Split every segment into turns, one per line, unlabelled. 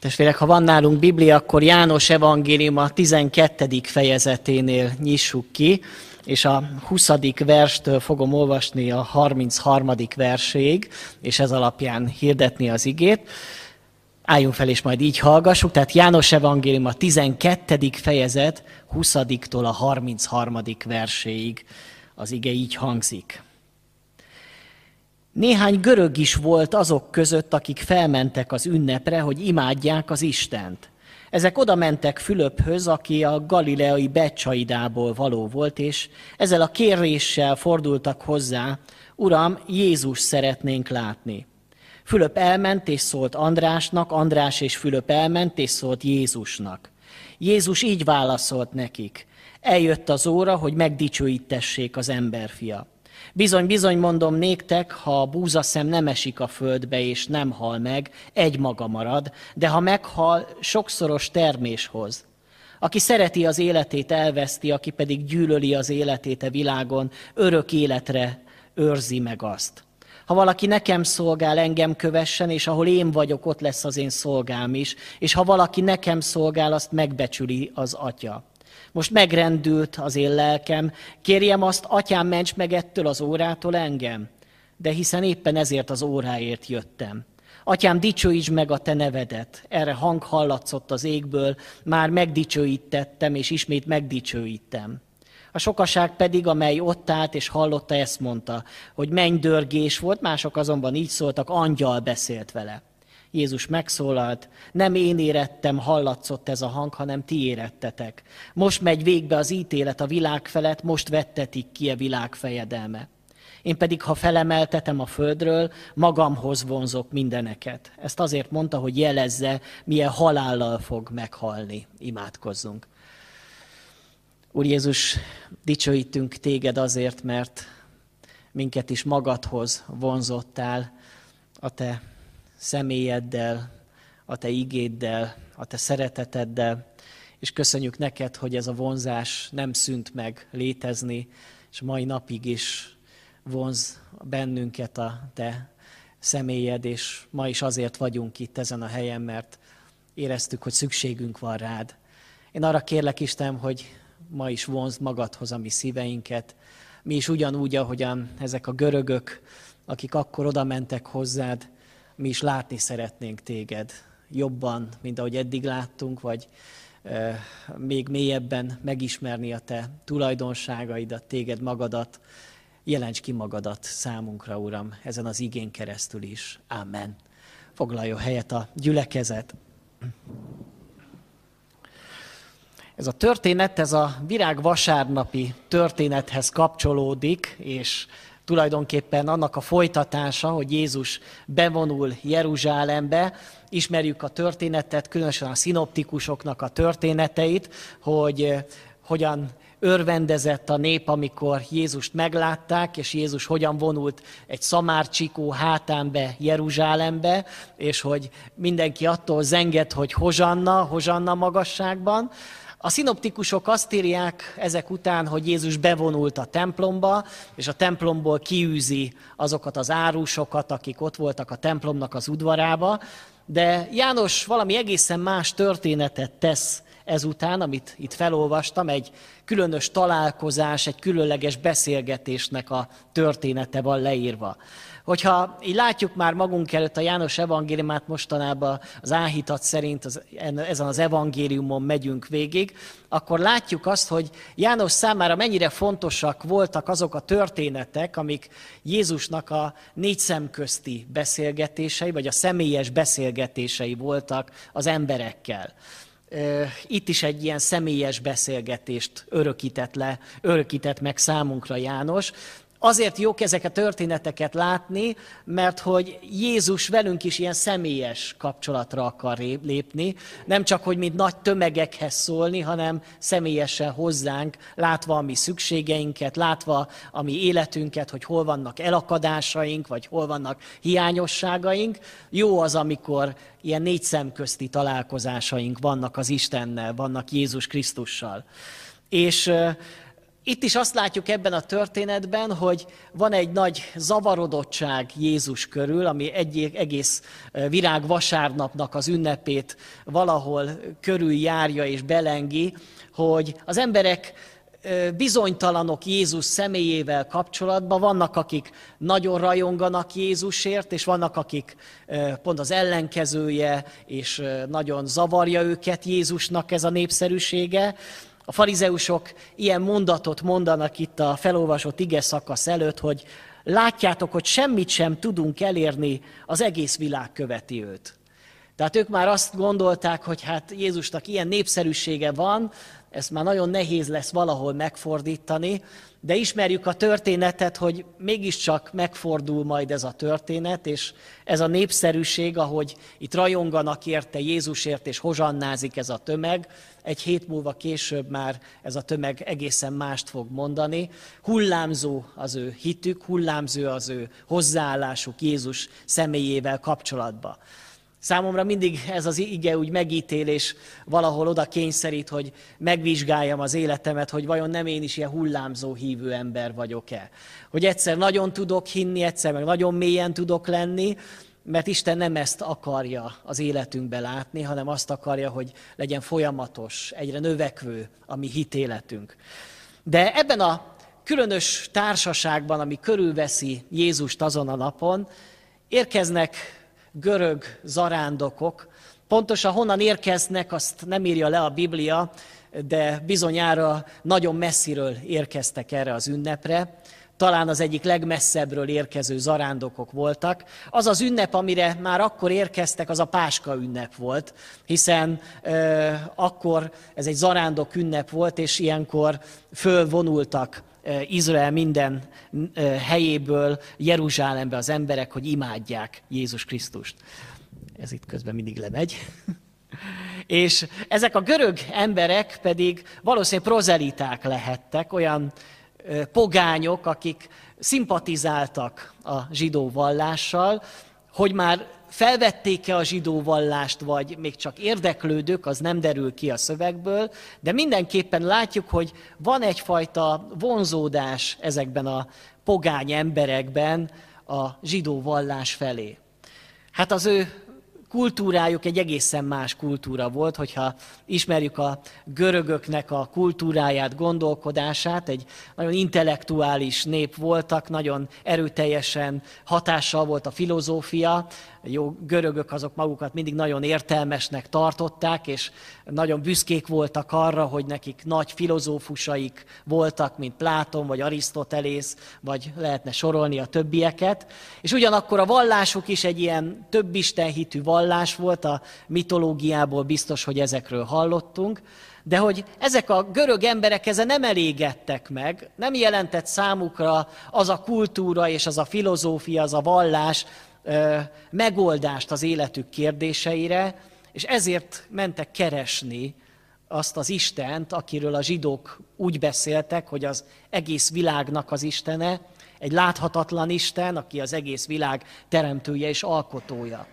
Testvérek, ha van nálunk Biblia, akkor János evangélium a 12. fejezeténél nyissuk ki, és a 20. verstől fogom olvasni a 33. verséig, és ez alapján hirdetni az igét. Álljunk fel, és majd így hallgassuk. Tehát János evangélium a 12. fejezet 20-tól a 33. verséig az ige így hangzik. Néhány görög is volt azok között, akik felmentek az ünnepre, hogy imádják az Istent. Ezek oda mentek Fülöphöz, aki a galileai Becsaidából való volt, és ezzel a kéréssel fordultak hozzá: Uram, Jézus szeretnénk látni. Fülöp elment és szólt Andrásnak, András és Fülöp elment és szólt Jézusnak. Jézus így válaszolt nekik: eljött az óra, hogy megdicsőítessék az emberfia. Bizony, bizony mondom néktek, ha a búzaszem nem esik a földbe és nem hal meg, egymaga marad, de ha meghal, sokszoros termés hoz. Aki szereti az életét, elveszti, aki pedig gyűlöli az életét a világon, örök életre őrzi meg azt. Ha valaki nekem szolgál, engem kövessen, és ahol én vagyok, ott lesz az én szolgám is, és ha valaki nekem szolgál, azt megbecsüli az Atya. Most megrendült az én lelkem, kérjem azt, Atyám, ments meg ettől az órától engem, de hiszen éppen ezért az óráért jöttem. Atyám, dicsőítsd meg a te nevedet. Erre hang hallatszott az égből, már megdicsőítettem, és ismét megdicsőítem. A sokaság pedig, amely ott állt és hallotta, ezt mondta, hogy mennydörgés volt, mások azonban így szóltak, angyal beszélt vele. Jézus megszólalt: nem én érettem, hallatszott ez a hang, hanem ti érettetek. Most megy végbe az ítélet a világ felett, most vettetik ki a világ fejedelme. Én pedig, ha felemeltetem a földről, magamhoz vonzok mindeneket. Ezt azért mondta, hogy jelezze, milyen halállal fog meghalni. Imádkozzunk. Úr Jézus, dicsőítünk téged azért, mert minket is magadhoz vonzottál a te személyeddel, a te igéddel, a te szereteteddel, és köszönjük neked, hogy ez a vonzás nem szűnt meg létezni, és mai napig is vonz bennünket a te személyed, és ma is azért vagyunk itt ezen a helyen, mert éreztük, hogy szükségünk van rád. Én arra kérlek, Istenem, hogy ma is vonzd magadhoz a mi szíveinket, mi is ugyanúgy, ahogyan ezek a görögök, akik akkor oda mentek hozzád, mi is látni szeretnénk téged jobban, mint ahogy eddig láttunk, vagy még mélyebben megismerni a te tulajdonságaidat, téged magadat. Jelents ki magadat számunkra, Uram, ezen az igén keresztül is. Amen. Foglaljon helyet a gyülekezet. Ez a történet, ez a virágvasárnapi történethez kapcsolódik, és tulajdonképpen annak a folytatása, hogy Jézus bevonul Jeruzsálembe. Ismerjük a történetet, különösen a szinoptikusoknak a történeteit, hogy hogyan örvendezett a nép, amikor Jézust meglátták, és Jézus hogyan vonult egy szamárcsikó hátán be Jeruzsálembe, és hogy mindenki attól zengett, hogy hozsanna magasságban. A szinoptikusok azt írják ezek után, hogy Jézus bevonult a templomba, és a templomból kiűzi azokat az árusokat, akik ott voltak a templomnak az udvarába, de János valami egészen más történetet tesz ezután, amit itt felolvastam, egy különös találkozás, egy különleges beszélgetésnek a története van leírva. Hogyha így látjuk már magunk előtt a János evangéliumát, mostanában az áhítat szerint ezen az evangéliumon megyünk végig, akkor látjuk azt, hogy János számára mennyire fontosak voltak azok a történetek, amik Jézusnak a négy szemközti beszélgetései, vagy a személyes beszélgetései voltak az emberekkel. Itt is egy ilyen személyes beszélgetést örökített meg számunkra János. Azért jók ezek a történeteket látni, mert hogy Jézus velünk is ilyen személyes kapcsolatra akar lépni. Nem csak, hogy mint nagy tömegekhez szólni, hanem személyesen hozzánk, látva a mi szükségeinket, látva a mi életünket, hogy hol vannak elakadásaink, vagy hol vannak hiányosságaink. Jó az, amikor ilyen négy szemközti találkozásaink vannak az Istennel, vannak Jézus Krisztussal. És Itt is azt látjuk ebben a történetben, hogy van egy nagy zavarodottság Jézus körül, ami egész virágvasárnapnak az ünnepét valahol körüljárja és belengi, hogy az emberek bizonytalanok Jézus személyével kapcsolatban, vannak, akik nagyon rajonganak Jézusért, és vannak, akik pont az ellenkezője, és nagyon zavarja őket Jézusnak ez a népszerűsége. A farizeusok ilyen mondatot mondanak itt a felolvasott ige szakasz előtt, hogy látjátok, hogy semmit sem tudunk elérni, az egész világ követi őt. Tehát ők már azt gondolták, hogy hát Jézusnak ilyen népszerűsége van, ezt már nagyon nehéz lesz valahol megfordítani, de ismerjük a történetet, hogy mégiscsak megfordul majd ez a történet, és ez a népszerűség, ahogy itt rajonganak érte Jézusért, és hozsannázik ez a tömeg, egy hét múlva később már ez a tömeg egészen mást fog mondani. Hullámzó az ő hitük, hullámzó az ő hozzáállásuk Jézus személyével kapcsolatban. Számomra mindig ez az ige úgy megítél, és valahol oda kényszerít, hogy megvizsgáljam az életemet, hogy vajon nem én is ilyen hullámzó hívő ember vagyok-e. Hogy egyszer nagyon tudok hinni, egyszer meg nagyon mélyen tudok lenni, mert Isten nem ezt akarja az életünkbe látni, hanem azt akarja, hogy legyen folyamatos, egyre növekvő a mi hitéletünk. De ebben a különös társaságban, ami körülveszi Jézust azon a napon, érkeznek görög zarándokok. Pontosan honnan érkeznek, azt nem írja le a Biblia, de bizonyára nagyon messziről érkeztek erre az ünnepre. Talán az egyik legmesszebbről érkező zarándokok voltak. Az az ünnep, amire már akkor érkeztek, az a Páska ünnep volt, hiszen akkor ez egy zarándok ünnep volt, és ilyenkor fölvonultak Izrael minden helyéből Jeruzsálembe az emberek, hogy imádják Jézus Krisztust. Ez itt közben mindig lemegy. És ezek a görög emberek pedig valószínűleg prozeliták lehettek, olyan pogányok, akik szimpatizáltak a zsidó vallással, hogy már felvették-e a zsidó vallást, vagy még csak érdeklődők, az nem derül ki a szövegből, de mindenképpen látjuk, hogy van egyfajta vonzódás ezekben a pogány emberekben a zsidó vallás felé. Hát az ő kultúrájuk egy egészen más kultúra volt, hogyha ismerjük a görögöknek a kultúráját, gondolkodását, egy nagyon intellektuális nép voltak, nagyon erőteljesen hatással volt a filozófia, jó görögök azok magukat mindig nagyon értelmesnek tartották, és nagyon büszkék voltak arra, hogy nekik nagy filozófusaik voltak, mint Pláton, vagy Arisztotelész, vagy lehetne sorolni a többieket. És ugyanakkor a vallásuk is egy ilyen többistenhitű vallás volt, a mitológiából biztos, hogy ezekről hallottunk, de hogy ezek a görög emberek ezen nem elégedtek meg, nem jelentett számukra az a kultúra és az a filozófia, az a vallás, megoldást az életük kérdéseire, és ezért mentek keresni azt az Istent, akiről a zsidók úgy beszéltek, hogy az egész világnak az Istene, egy láthatatlan Isten, aki az egész világ teremtője és alkotója.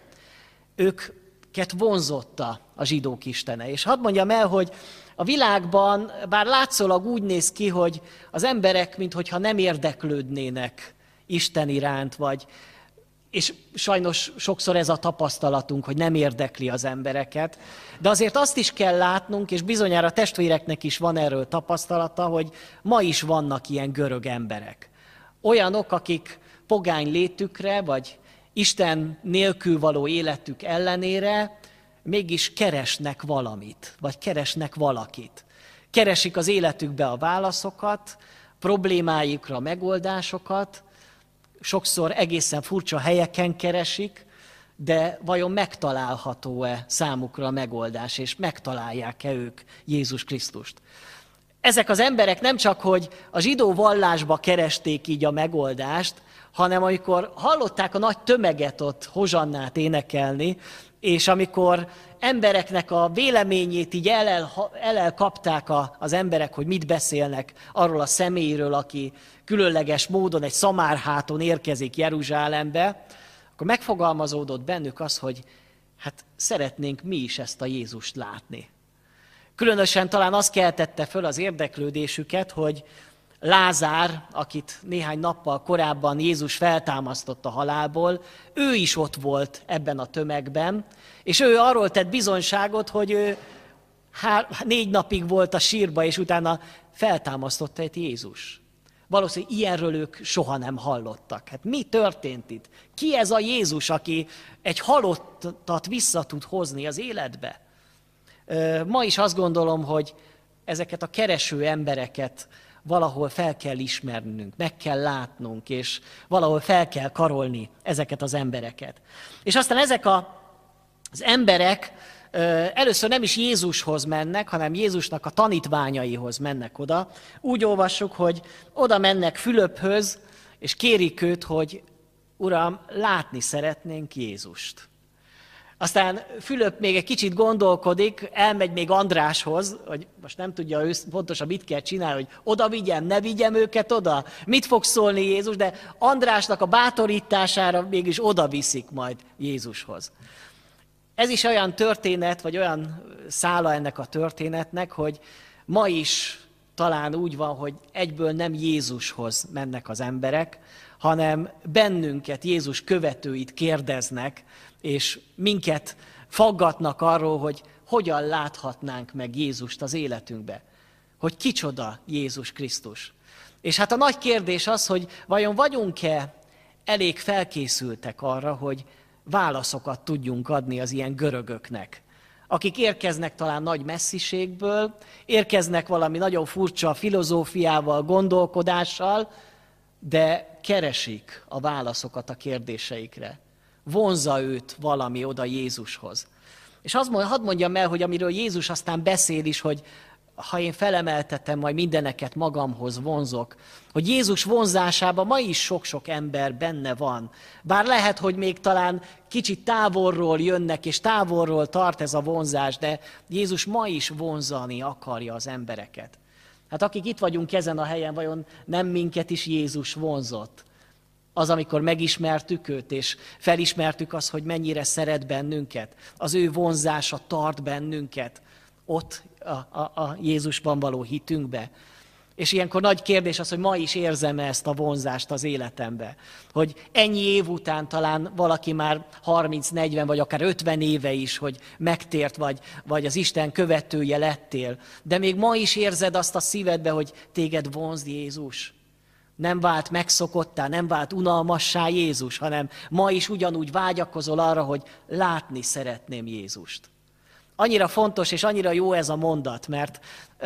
Őket vonzotta a zsidók istene. És hadd mondjam el, hogy a világban, bár látszólag úgy néz ki, hogy az emberek minthogyha nem érdeklődnének Isten iránt, és sajnos sokszor ez a tapasztalatunk, hogy nem érdekli az embereket. De azért azt is kell látnunk, és bizonyára a testvéreknek is van erről tapasztalata, hogy ma is vannak ilyen görög emberek. Olyanok, akik pogány létükre, vagy Isten nélkül való életük ellenére mégis keresnek valamit, vagy keresnek valakit. Keresik az életükbe a válaszokat, problémáikra a megoldásokat, sokszor egészen furcsa helyeken keresik, de vajon megtalálható-e számukra a megoldás, és megtalálják-e ők Jézus Krisztust? Ezek az emberek nem csak, hogy a zsidó vallásba keresték így a megoldást, hanem amikor hallották a nagy tömeget ott hozsannát énekelni, és amikor embereknek a véleményét így elkapták az emberek, hogy mit beszélnek arról a személyről, aki különleges módon egy szamárháton érkezik Jeruzsálembe, akkor megfogalmazódott bennük az, hogy hát szeretnénk mi is ezt a Jézust látni. Különösen talán az keltette föl az érdeklődésüket, hogy Lázár, akit néhány nappal korábban Jézus feltámasztott a halálból, ő is ott volt ebben a tömegben, és ő arról tett bizonyságot, hogy ő 4 napig volt a sírba, és utána feltámasztotta egy Jézus. Valószínűleg ilyenről ők soha nem hallottak. Hát mi történt itt? Ki ez a Jézus, aki egy halottat vissza tud hozni az életbe? Ma is azt gondolom, hogy ezeket a kereső embereket valahol fel kell ismernünk, meg kell látnunk, és valahol fel kell karolni ezeket az embereket. És aztán ezek az emberek először nem is Jézushoz mennek, hanem Jézusnak a tanítványaihoz mennek oda. Úgy olvassuk, hogy oda mennek Fülöphöz, és kérik őt, hogy Uram, látni szeretnénk Jézust. Aztán Fülöp még egy kicsit gondolkodik, elmegy még Andráshoz, hogy most nem tudja ő pontosan mit kell csinálni, hogy oda vigyem, ne vigyem őket oda, mit fog szólni Jézus, de Andrásnak a bátorítására mégis oda viszik majd Jézushoz. Ez is olyan történet, vagy olyan szála ennek a történetnek, hogy ma is talán úgy van, hogy egyből nem Jézushoz mennek az emberek, hanem bennünket, Jézus követőit kérdeznek, és minket faggatnak arról, hogy hogyan láthatnánk meg Jézust az életünkbe. Hogy kicsoda Jézus Krisztus. És hát a nagy kérdés az, hogy vajon vagyunk-e elég felkészültek arra, hogy válaszokat tudjunk adni az ilyen görögöknek, akik érkeznek talán nagy messziségből, érkeznek valami nagyon furcsa filozófiával, gondolkodással, de keresik a válaszokat a kérdéseikre. Vonzza őt valami oda Jézushoz. És hadd mondjam el, hogy amiről Jézus aztán beszél is, hogy ha én felemeltetem, majd mindeneket magamhoz vonzok, hogy Jézus vonzásában ma is sok-sok ember benne van. Bár lehet, hogy még talán kicsit távolról jönnek, és távolról tart ez a vonzás, de Jézus ma is vonzani akarja az embereket. Hát akik itt vagyunk ezen a helyen, vajon nem minket is Jézus vonzott? Az, amikor megismertük őt, és felismertük azt, hogy mennyire szeret bennünket, az ő vonzása tart bennünket ott a Jézusban való hitünkbe. És ilyenkor nagy kérdés az, hogy ma is érzem-e ezt a vonzást az életembe. Hogy ennyi év után talán valaki már 30-40 vagy akár 50 éve is, hogy megtért vagy az Isten követője lettél. De még ma is érzed azt a szívedbe, hogy téged vonz Jézus. Nem vált megszokottá, nem vált unalmassá Jézus, hanem ma is ugyanúgy vágyakozol arra, hogy látni szeretném Jézust. Annyira fontos és annyira jó ez a mondat, mert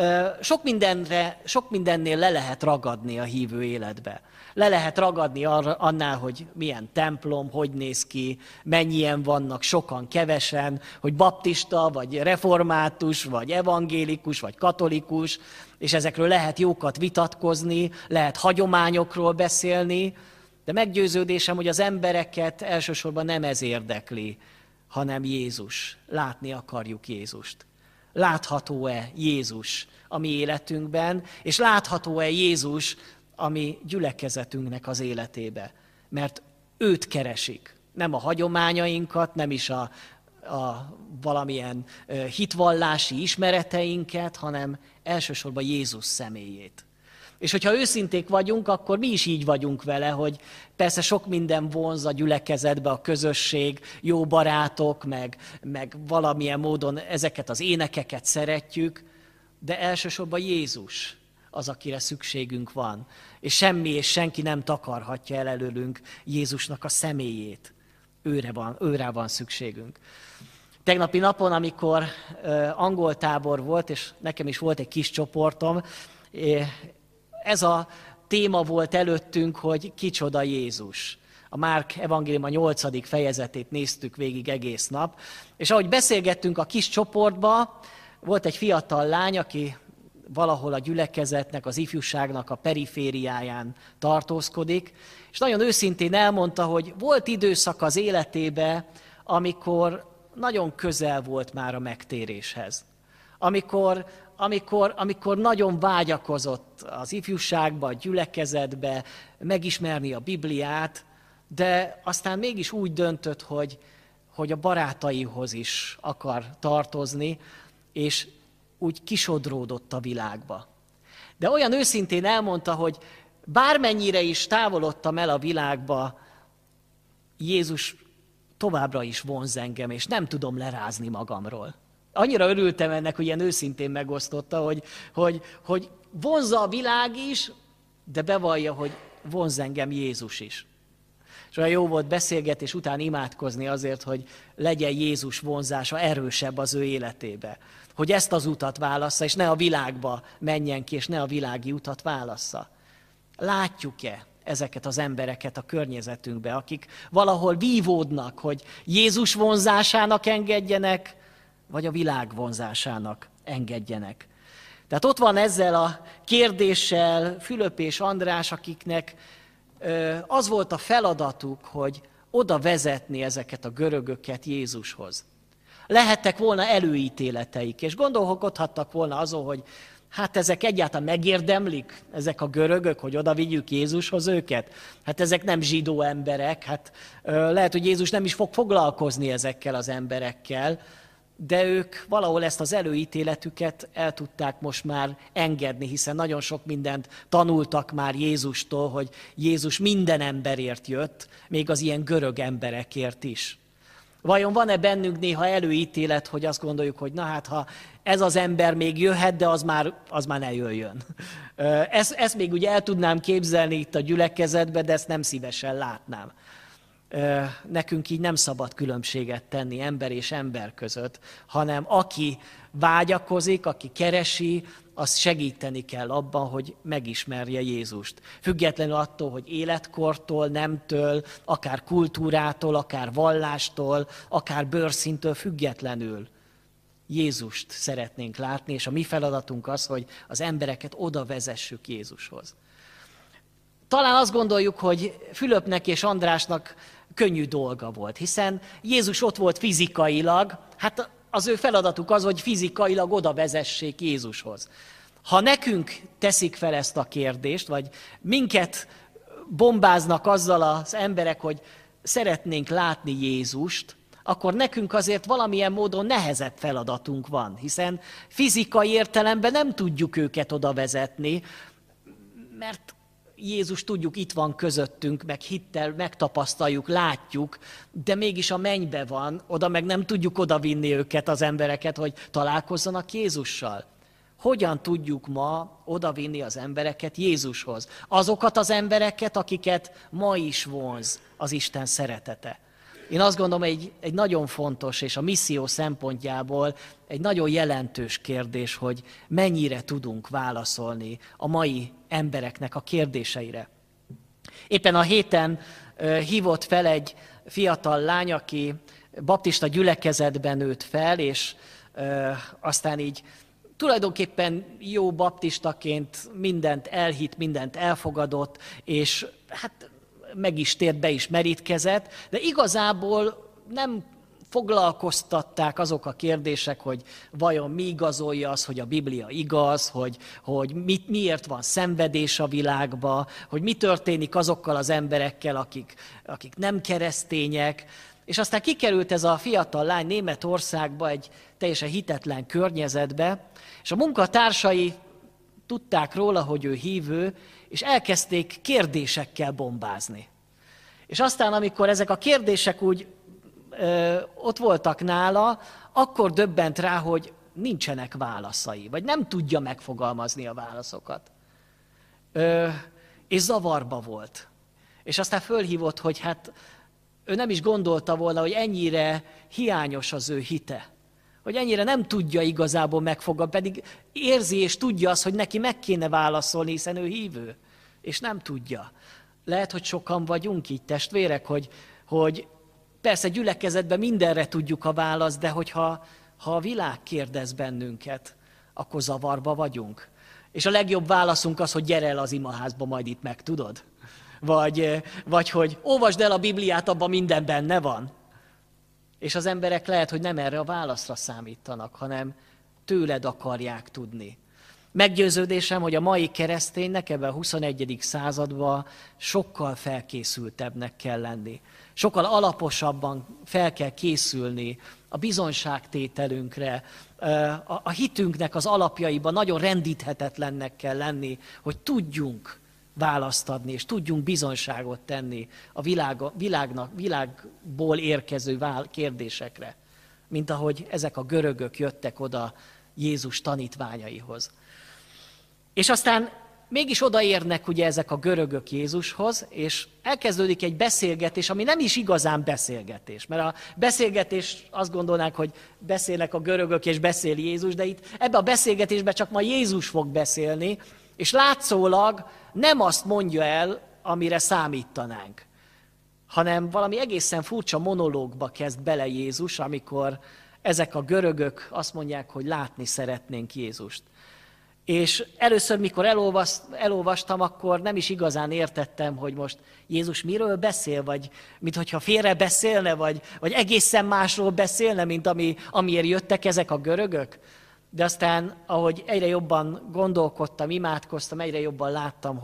sok mindennél le lehet ragadni a hívő életbe. Le lehet ragadni annál, hogy milyen templom, hogy néz ki, mennyien vannak, sokan, kevesen, hogy baptista, vagy református, vagy evangélikus, vagy katolikus, és ezekről lehet jókat vitatkozni, lehet hagyományokról beszélni, de meggyőződésem, hogy az embereket elsősorban nem ez érdekli, hanem Jézus. Látni akarjuk Jézust. Látható-e Jézus a mi életünkben, és látható-e Jézus a mi gyülekezetünknek az életébe? Mert őt keresik, nem a hagyományainkat, nem is a valamilyen hitvallási ismereteinket, hanem elsősorban Jézus személyét. És hogyha őszinték vagyunk, akkor mi is így vagyunk vele, hogy persze sok minden vonz a gyülekezetbe, a közösség, jó barátok, meg valamilyen módon ezeket az énekeket szeretjük, de elsősorban Jézus az, akire szükségünk van. És semmi és senki nem takarhatja el előlünk Jézusnak a személyét. Őre van szükségünk. Tegnapi napon, amikor angol tábor volt, és nekem is volt egy kis csoportom, ez a téma volt előttünk, hogy kicsoda Jézus. A Márk evangélium a 8. fejezetét néztük végig egész nap, és ahogy beszélgettünk a kis csoportba, volt egy fiatal lány, aki valahol a gyülekezetnek, az ifjúságnak a perifériáján tartózkodik, és nagyon őszintén elmondta, hogy volt időszak az életébe, amikor nagyon közel volt már a megtéréshez. Amikor nagyon vágyakozott az ifjúságba, a gyülekezetbe, megismerni a Bibliát, de aztán mégis úgy döntött, hogy a barátaihoz is akar tartozni, és úgy kisodródott a világba. De olyan őszintén elmondta, hogy bármennyire is távolodtam el a világba, Jézus továbbra is vonz engem, és nem tudom lerázni magamról. Annyira örültem ennek, hogy ilyen őszintén megosztotta, hogy vonzza a világ is, de bevallja, hogy vonz engem Jézus is. És olyan jó volt beszélgetés után imádkozni azért, hogy legyen Jézus vonzása erősebb az ő életébe. Hogy ezt az utat válassza, és ne a világba menjen ki, és ne a világi utat válassza. Látjuk-e ezeket az embereket a környezetünkbe, akik valahol vívódnak, hogy Jézus vonzásának engedjenek, vagy a világ vonzásának engedjenek. Tehát ott van ezzel a kérdéssel Fülöp és András, akiknek az volt a feladatuk, hogy oda vezetni ezeket a görögöket Jézushoz. Lehettek volna előítéleteik, és gondolkodhattak volna azon, hogy hát ezek egyáltalán megérdemlik, ezek a görögök, hogy oda vigyük Jézushoz őket? Hát ezek nem zsidó emberek, hát lehet, hogy Jézus nem is fog foglalkozni ezekkel az emberekkel, de ők valahol ezt az előítéletüket el tudták most már engedni, hiszen nagyon sok mindent tanultak már Jézustól, hogy Jézus minden emberért jött, még az ilyen görög emberekért is. Vajon van-e bennünk néha előítélet, hogy azt gondoljuk, hogy na hát, ha ez az ember még jöhet, de az már ne jöjjön. Ezt még ugye el tudnám képzelni itt a gyülekezetben, de ezt nem szívesen látnám. Nekünk így nem szabad különbséget tenni ember és ember között, hanem aki vágyakozik, aki keresi, azt segíteni kell abban, hogy megismerje Jézust. Függetlenül attól, hogy életkortól, nemtől, akár kultúrától, akár vallástól, akár bőrszintől függetlenül Jézust szeretnénk látni, és a mi feladatunk az, hogy az embereket oda vezessük Jézushoz. Talán azt gondoljuk, hogy Fülöpnek és Andrásnak könnyű dolga volt, hiszen Jézus ott volt fizikailag, hát az ő feladatuk az, hogy fizikailag oda vezessék Jézushoz. Ha nekünk teszik fel ezt a kérdést, vagy minket bombáznak azzal az emberek, hogy szeretnénk látni Jézust, akkor nekünk azért valamilyen módon nehezebb feladatunk van, hiszen fizikai értelemben nem tudjuk őket oda vezetni, mert Jézus tudjuk, itt van közöttünk, meg hittel megtapasztaljuk, látjuk, de mégis a mennybe van, oda meg nem tudjuk odavinni őket, az embereket, hogy találkozzanak Jézussal. Hogyan tudjuk ma odavinni az embereket Jézushoz? Azokat az embereket, akiket ma is vonz az Isten szeretete. Én azt gondolom, egy nagyon fontos, és a misszió szempontjából egy nagyon jelentős kérdés, hogy mennyire tudunk válaszolni a mai embereknek a kérdéseire. Éppen a héten hívott fel egy fiatal lány, aki baptista gyülekezetben nőtt fel, és aztán így tulajdonképpen jó baptistaként mindent elhitt, mindent elfogadott, és hát meg is tért, be is merítkezett, de igazából nem foglalkoztatták azok a kérdések, hogy vajon mi igazolja az, hogy a Biblia igaz, hogy miért van szenvedés a világban, hogy mi történik azokkal az emberekkel, akik nem keresztények. És aztán kikerült ez a fiatal lány Németországba, egy teljesen hitetlen környezetbe, és a munkatársai tudták róla, hogy ő hívő, és elkezdték kérdésekkel bombázni. És aztán, amikor ezek a kérdések úgy ott voltak nála, akkor döbbent rá, hogy nincsenek válaszai, vagy nem tudja megfogalmazni a válaszokat. És zavarba volt. És aztán fölhívott, hogy hát ő nem is gondolta volna, hogy ennyire hiányos az ő hite. Hogy ennyire nem tudja igazából megfogalmazni, pedig érzi és tudja azt, hogy neki meg kéne válaszolni, hiszen ő hívő. És nem tudja. Lehet, hogy sokan vagyunk így, testvérek, hogy persze gyülekezetben mindenre tudjuk a választ, de hogyha a világ kérdez bennünket, akkor zavarba vagyunk. És a legjobb válaszunk az, hogy gyere el az imaházba, majd itt megtudod. Vagy hogy olvasd el a Bibliát, abban minden benne van. És az emberek lehet, hogy nem erre a válaszra számítanak, hanem tőled akarják tudni. Meggyőződésem, hogy a mai kereszténynek ebben a 21. században sokkal felkészültebbnek kell lenni. Sokkal alaposabban fel kell készülni a bizonyságtételünkre, a hitünknek az alapjaiban nagyon rendíthetetlennek kell lenni, hogy tudjunk választ adni, és tudjunk bizonyságot tenni a világból érkező kérdésekre, mint ahogy ezek a görögök jöttek oda Jézus tanítványaihoz. És aztán mégis odaérnek ugye ezek a görögök Jézushoz, és elkezdődik egy beszélgetés, ami nem is igazán beszélgetés. Mert a beszélgetés azt gondolnák, hogy beszélnek a görögök és beszél Jézus, de itt ebbe a beszélgetésben csak ma Jézus fog beszélni, és látszólag nem azt mondja el, amire számítanánk, hanem valami egészen furcsa monológba kezd bele Jézus, amikor ezek a görögök azt mondják, hogy látni szeretnénk Jézust. És először, mikor elolvastam, akkor nem is igazán értettem, hogy most Jézus miről beszél, vagy minthogyha félre beszélne, vagy egészen másról beszélne, mint amiért jöttek ezek a görögök. De aztán, ahogy egyre jobban gondolkodtam, imádkoztam, egyre jobban láttam,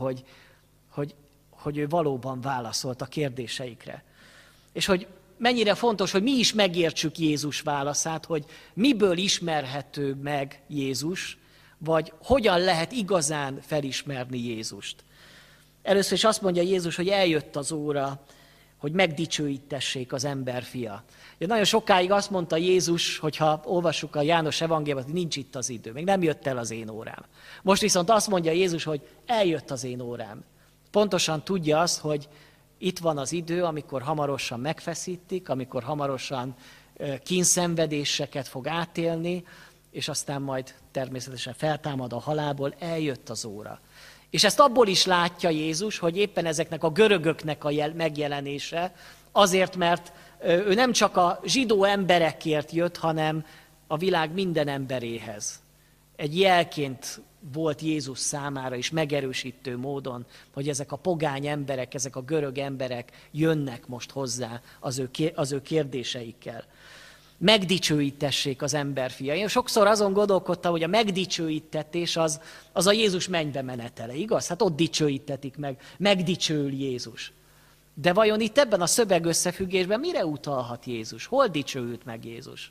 hogy ő valóban válaszolt a kérdéseikre. És hogy mennyire fontos, hogy mi is megértsük Jézus válaszát, hogy miből ismerhető meg Jézus, vagy hogyan lehet igazán felismerni Jézust. Először is azt mondja Jézus, hogy eljött az óra, hogy megdicsőítessék az emberfia. Nagyon sokáig azt mondta Jézus, hogyha olvassuk a János evangéliumot, hogy nincs itt az idő, még nem jött el az én órám. Most viszont azt mondja Jézus, hogy eljött az én órám. Pontosan tudja azt, hogy itt van az idő, amikor hamarosan megfeszítik, amikor hamarosan kínszenvedéseket fog átélni, és aztán majd természetesen feltámad a halálból, eljött az óra. És ezt abból is látja Jézus, hogy éppen ezeknek a görögöknek a megjelenése, azért, mert ő nem csak a zsidó emberekért jött, hanem a világ minden emberéhez. Egy jelként volt Jézus számára is megerősítő módon, hogy ezek a pogány emberek, ezek a görög emberek jönnek most hozzá az ő kérdéseikkel. Megdicsőítessék az emberfia. Én sokszor azon gondolkodtam, hogy a megdicsőítetés az a Jézus mennybe menetele, igaz? Hát ott dicsőítetik meg, megdicsőül Jézus. De vajon itt ebben a szövegösszefüggésben mire utalhat Jézus? Hol dicsőült meg Jézus?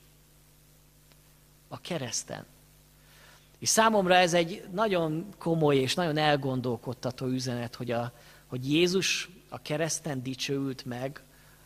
A kereszten. És számomra ez egy nagyon komoly és nagyon elgondolkodtató üzenet, hogy Jézus a kereszten dicsőült meg,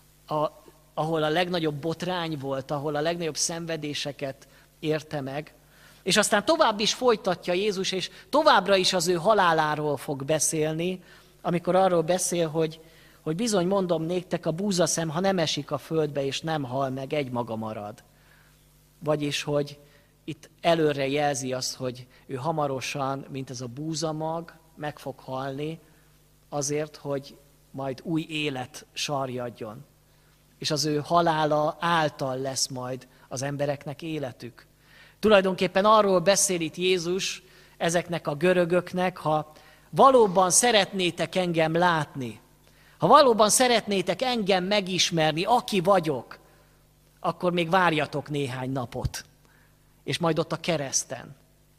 ahol a legnagyobb botrány volt, ahol a legnagyobb szenvedéseket érte meg, és aztán tovább is folytatja Jézus, és továbbra is az ő haláláról fog beszélni, amikor arról beszél, hogy bizony mondom néktek, a búzaszem, ha nem esik a földbe, és nem hal meg, egymaga marad. Vagyis, hogy itt előre jelzi azt, hogy ő hamarosan, mint ez a búzamag, meg fog halni, azért, hogy majd új élet sarjadjon. És az ő halála által lesz majd az embereknek életük. Tulajdonképpen arról beszél itt Jézus ezeknek a görögöknek, ha valóban szeretnétek engem látni, ha valóban szeretnétek engem megismerni, aki vagyok, akkor még várjatok néhány napot. És majd ott a kereszten,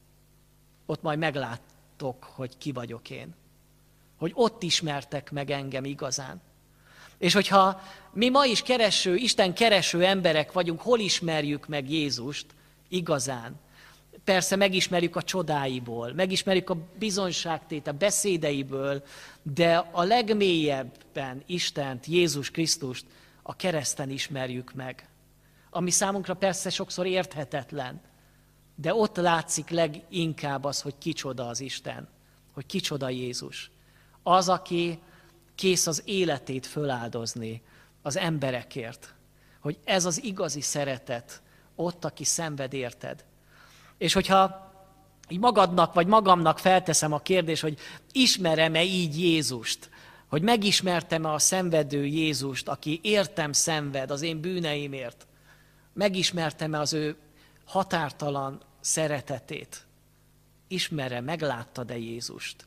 ott majd megláttok, hogy ki vagyok én. Hogy ott ismertek meg engem igazán. És hogyha mi ma is Isten kereső emberek vagyunk, hol ismerjük meg Jézust igazán? Persze megismerjük a csodáiból, megismerjük a bizonyságtétel beszédeiből, de a legmélyebben Istent, Jézus Krisztust a kereszten ismerjük meg. Ami számunkra persze sokszor érthetetlen, de ott látszik leginkább az, hogy kicsoda az Isten, hogy kicsoda Jézus. Az, aki kész az életét föláldozni az emberekért, hogy ez az igazi szeretet ott, aki szenved érted. És hogyha így magadnak vagy magamnak felteszem a kérdést, hogy ismerem-e így Jézust, hogy megismertem-e a szenvedő Jézust, aki értem szenved az én bűneimért, megismertem-e az ő határtalan szeretetét, ismerem, megláttad-e Jézust,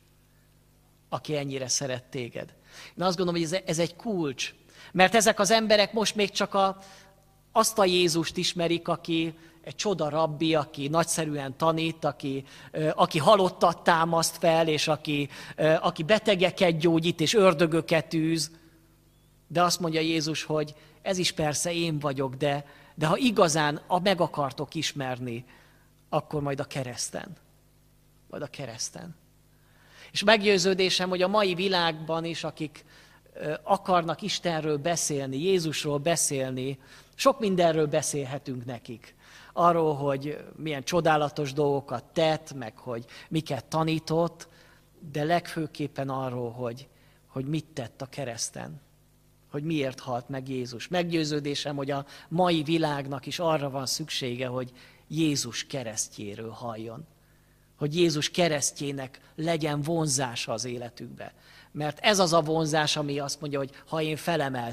aki ennyire szeret téged. Én azt gondolom, hogy ez egy kulcs, mert ezek az emberek most még csak azt a Jézust ismerik, aki egy csoda rabbi, aki nagyszerűen tanít, aki halottat támaszt fel, és aki betegeket gyógyít, és ördögöket űz. De azt mondja Jézus, hogy ez is persze én vagyok, de ha igazán meg akartok ismerni, akkor majd a kereszten. Majd a kereszten. És meggyőződésem, hogy a mai világban is, akik akarnak Istenről beszélni, Jézusról beszélni, sok mindenről beszélhetünk nekik. Arról, hogy milyen csodálatos dolgokat tett, meg hogy miket tanított, de legfőképpen arról, hogy mit tett a kereszten. Hogy miért halt meg Jézus. Meggyőződésem, hogy a mai világnak is arra van szüksége, hogy Jézus keresztjéről halljon. Hogy Jézus keresztjének legyen vonzása az életükbe. Mert ez az a vonzás, ami azt mondja, hogy ha én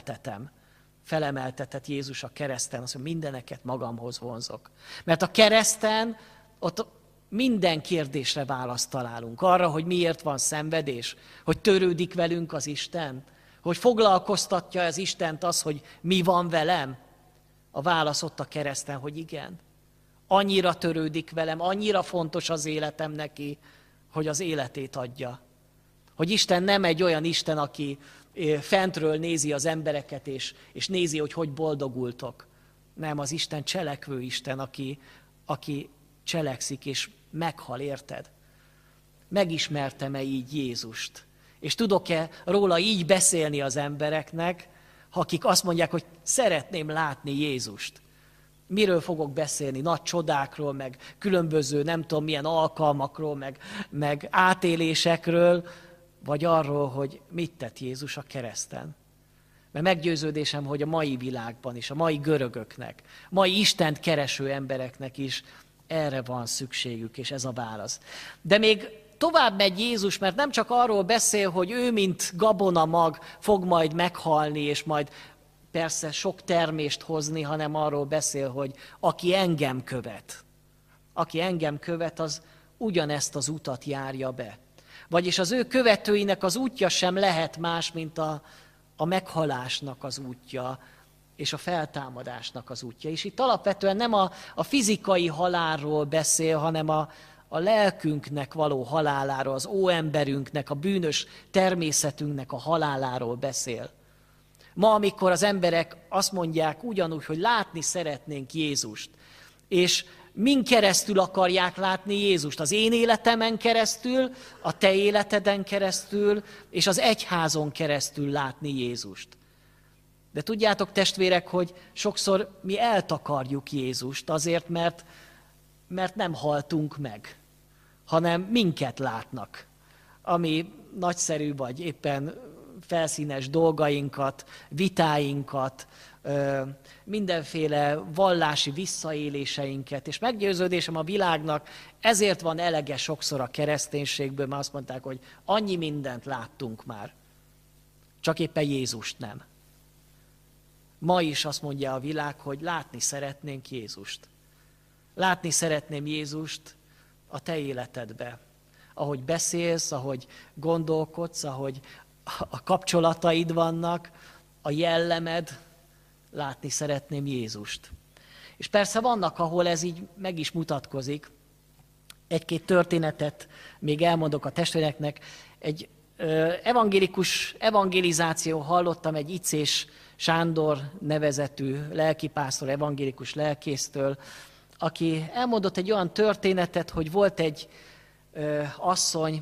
felemeltetett Jézus a kereszten, azt mondja, mindeneket magamhoz vonzok. Mert a kereszten ott minden kérdésre választ találunk. Arra, hogy miért van szenvedés, hogy törődik velünk az Isten, hogy foglalkoztatja az Istent az, hogy mi van velem. A válasz ott a kereszten, hogy igen. Annyira törődik velem, annyira fontos az életem neki, hogy az életét adja. Hogy Isten nem egy olyan Isten, aki fentről nézi az embereket, és nézi, hogy boldogultok. Nem, az Isten cselekvő Isten, aki cselekszik, és meghal, érted? Megismertem-e így Jézust? És tudok-e róla így beszélni az embereknek, akik azt mondják, hogy szeretném látni Jézust? Miről fogok beszélni? Nagy csodákról, meg különböző nem tudom milyen alkalmakról, meg átélésekről, vagy arról, hogy mit tett Jézus a kereszten. Mert meggyőződésem, hogy a mai világban is, a mai görögöknek, mai Istent kereső embereknek is erre van szükségük, és ez a válasz. De még tovább megy Jézus, mert nem csak arról beszél, hogy ő, mint gabonamag fog majd meghalni, és majd persze sok termést hozni, hanem arról beszél, hogy aki engem követ, az ugyanezt az utat járja be. Vagyis az ő követőinek az útja sem lehet más, mint a meghalásnak az útja, és a feltámadásnak az útja. És itt alapvetően nem a fizikai halálról beszél, hanem a lelkünknek való haláláról, az óemberünknek, a bűnös természetünknek a haláláról beszél. Ma, amikor az emberek azt mondják ugyanúgy, hogy látni szeretnénk Jézust, és min keresztül akarják látni Jézust? Az én életemen keresztül, a te életeden keresztül, és az egyházon keresztül látni Jézust. De tudjátok, testvérek, hogy sokszor mi eltakarjuk Jézust azért, mert nem haltunk meg, hanem minket látnak, ami nagyszerű vagy éppen felszínes dolgainkat, vitáinkat, mindenféle vallási visszaéléseinket, és meggyőződésem a világnak ezért van elege sokszor a kereszténységből, mert azt mondták, hogy annyi mindent láttunk már, csak éppen Jézust nem. Ma is azt mondja a világ, hogy látni szeretnénk Jézust. Látni szeretném Jézust a te életedbe. Ahogy beszélsz, ahogy gondolkodsz, ahogy a kapcsolataid vannak, a jellemed, látni szeretném Jézust. És persze vannak, ahol ez így meg is mutatkozik. Egy-két történetet még elmondok a testvéreknek. Egy evangelizáció hallottam egy Icés Sándor nevezetű lelkipásztor, evangélikus lelkésztől, aki elmondott egy olyan történetet, hogy volt egy asszony,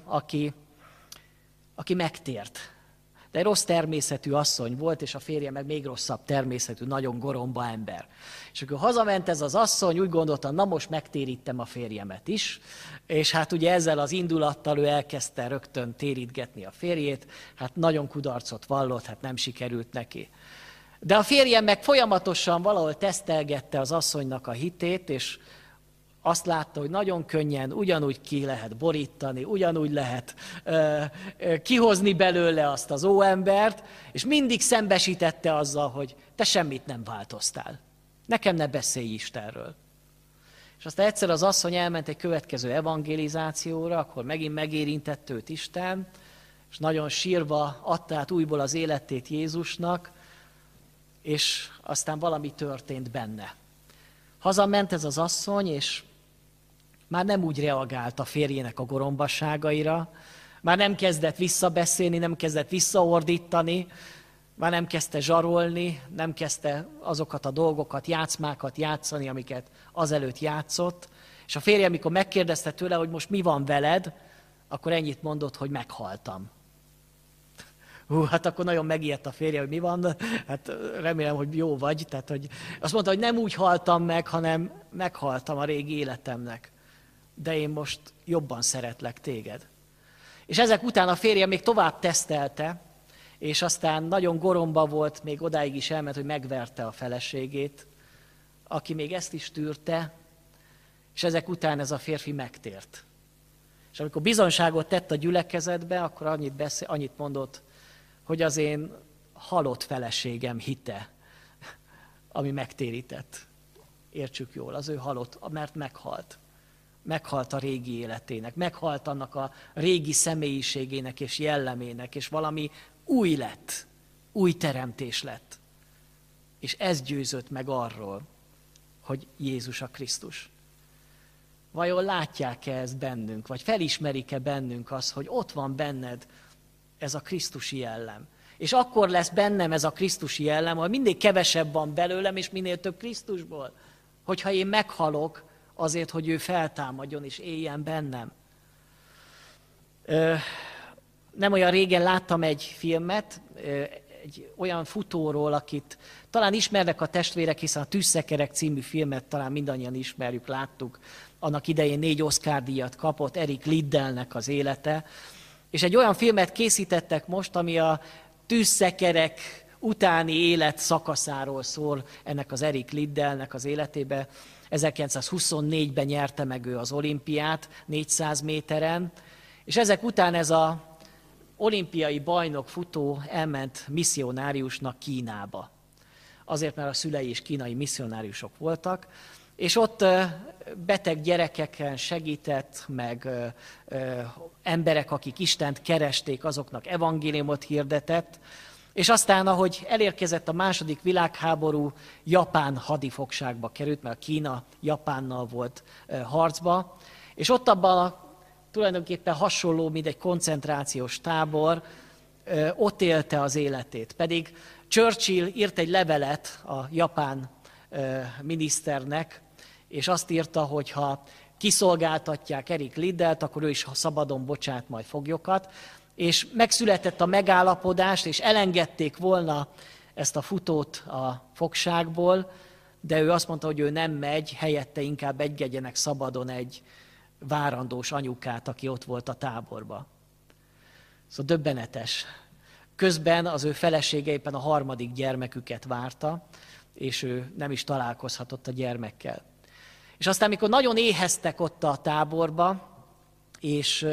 aki megtért. De egy rossz természetű asszony volt, és a férje meg még rosszabb természetű, nagyon goromba ember. És akkor hazament ez az asszony, úgy gondolta, na most megtérítem a férjemet is, és hát ugye ezzel az indulattal ő elkezdte rögtön térítgetni a férjét, hát nagyon kudarcot vallott, hát nem sikerült neki. De a férjem meg folyamatosan valahol tesztelgette az asszonynak a hitét, és azt látta, hogy nagyon könnyen ugyanúgy ki lehet borítani, ugyanúgy lehet kihozni belőle azt az óembert, és mindig szembesítette azzal, hogy te semmit nem változtál. Nekem ne beszélj Istenről. És aztán egyszer az asszony elment egy következő evangelizációra, akkor megint megérintett őt Isten, és nagyon sírva adta át újból az életét Jézusnak, és aztán valami történt benne. Hazament ez az asszony, és már nem úgy reagált a férjének a gorombasságaira, már nem kezdett visszabeszélni, nem kezdett visszaordítani, már nem kezdte zsarolni, nem kezdte azokat a dolgokat, játszmákat játszani, amiket azelőtt játszott. És a férje, amikor megkérdezte tőle, hogy most mi van veled, akkor ennyit mondott, hogy meghaltam. Hát akkor nagyon megijedt a férje, hogy mi van, hát remélem, hogy jó vagy. Tehát, hogy azt mondta, hogy nem úgy haltam meg, hanem meghaltam a régi életemnek. De én most jobban szeretlek téged. És ezek után a férje még tovább tesztelte, és aztán nagyon goromba volt, még odáig is elment, hogy megverte a feleségét, aki még ezt is tűrte, és ezek után ez a férfi megtért. És amikor bizonyságot tett a gyülekezetbe, akkor annyit mondott, hogy az én halott feleségem hite, ami megtérített. Értsük jól, az ő halott, mert meghalt. Meghalt a régi életének, meghalt annak a régi személyiségének és jellemének, és valami új lett, új teremtés lett. És ez győzött meg arról, hogy Jézus a Krisztus. Vajon látják-e ezt bennünk, vagy felismerik-e bennünk azt, hogy ott van benned ez a krisztusi jellem. És akkor lesz bennem ez a krisztusi jellem, hogy mindig kevesebb van belőlem, és minél több Krisztusból. Hogyha én meghalok azért, hogy ő feltámadjon és éljen bennem. Nem olyan régen láttam egy filmet, egy olyan futóról, akit talán ismernek a testvérek, hiszen a Tűzszekerek című filmet talán mindannyian ismerjük, láttuk. Annak idején 4 Oscar-díjat kapott, Eric Liddellnek az élete. És egy olyan filmet készítettek most, ami a tűzszekerek utáni élet szakaszáról szól ennek az Eric Liddellnek az életébe. 1924-ben nyerte meg ő az olimpiát 400 méteren, és ezek után ez az olimpiai bajnok futó elment misszionáriusnak Kínába. Azért, mert a szülei is kínai misszionáriusok voltak, és ott beteg gyerekeken segített, meg emberek, akik Istent keresték, azoknak evangéliumot hirdetett, és aztán, ahogy elérkezett a II. Világháború, Japán hadifogságba került, mert Kína Japánnal volt harcba, és ott abban tulajdonképpen hasonló, mint egy koncentrációs tábor, ott élte az életét. Pedig Churchill írt egy levelet a japán miniszternek, és azt írta, hogy ha kiszolgáltatják Eric Liddellt, akkor ő is szabadon bocsát majd foglyokat. És megszületett a megállapodás, és elengedték volna ezt a futót a fogságból, de ő azt mondta, hogy ő nem megy, helyette inkább engedjenek szabadon egy várandós anyukát, aki ott volt a táborba. Szóval döbbenetes. Közben az ő felesége éppen a 3. gyermeküket várta, és ő nem is találkozhatott a gyermekkel. És aztán, amikor nagyon éheztek ott a táborba, és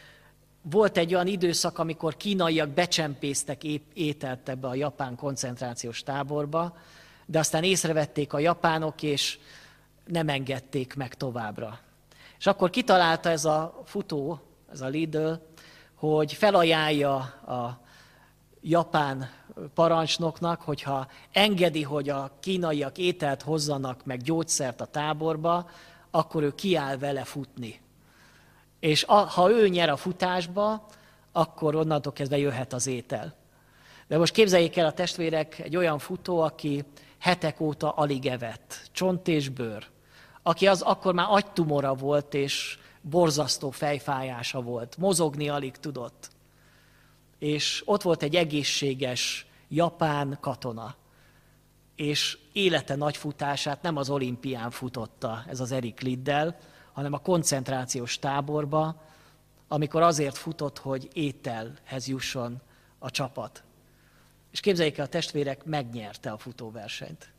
volt egy olyan időszak, amikor kínaiak becsempésztek ételt ebbe a japán koncentrációs táborba, de aztán észrevették a japánok, és nem engedték meg továbbra. És akkor kitalálta ez a futó, ez a Liddell, hogy felajánlja a japán parancsnoknak, hogyha engedi, hogy a kínaiak ételt hozzanak, meg gyógyszert a táborba, akkor ő kiáll vele futni. És ha ő nyer a futásba, akkor onnantól kezdve jöhet az étel. De most képzeljék el a testvérek, egy olyan futó, aki hetek óta alig evett, csont és bőr, aki az akkor már agytumora volt, és borzasztó fejfájása volt, mozogni alig tudott. És ott volt egy egészséges japán katona, és élete nagy futását nem az olimpián futotta ez az Eric Liddell, hanem a koncentrációs táborba, amikor azért futott, hogy ételhez jusson a csapat. És képzeljék el, a testvérek, megnyerte a futóversenyt.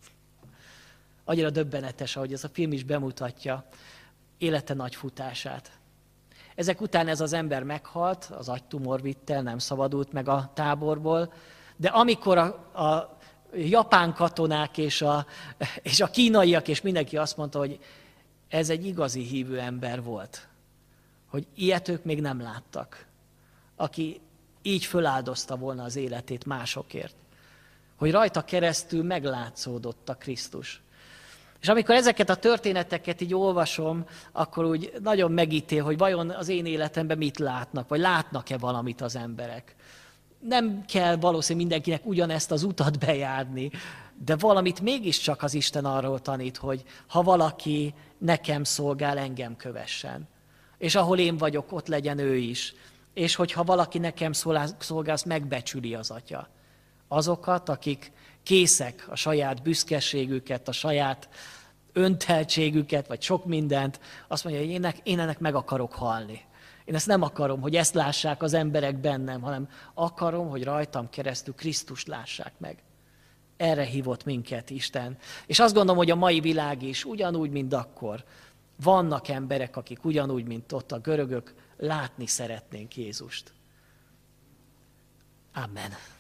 Annyira döbbenetes, ahogy ez a film is bemutatja élete nagy futását. Ezek után ez az ember meghalt, az agytumor vitte el, nem szabadult meg a táborból, de amikor a japán katonák és a kínaiak és mindenki azt mondta, hogy ez egy igazi hívő ember volt, hogy ilyet ők még nem láttak, aki így föláldozta volna az életét másokért, hogy rajta keresztül meglátszódott a Krisztus. És amikor ezeket a történeteket így olvasom, akkor úgy nagyon megítél, hogy vajon az én életemben mit látnak, vagy látnak-e valamit az emberek. Nem kell valószínűleg mindenkinek ugyanezt az utat bejárni, de valamit mégiscsak az Isten arról tanít, hogy ha valaki nekem szolgál, engem kövessen. És ahol én vagyok, ott legyen ő is. És hogyha valaki nekem szolgál, azt megbecsüli az Atya. Azokat, akik készek a saját büszkeségüket, a saját önteltségüket, vagy sok mindent, azt mondja, hogy én ennek meg akarok halni. Én ezt nem akarom, hogy ezt lássák az emberek bennem, hanem akarom, hogy rajtam keresztül Krisztust lássák meg. Erre hívott minket Isten. És azt gondolom, hogy a mai világ is ugyanúgy, mint akkor. Vannak emberek, akik ugyanúgy, mint ott a görögök, látni szeretnénk Jézust. Amen.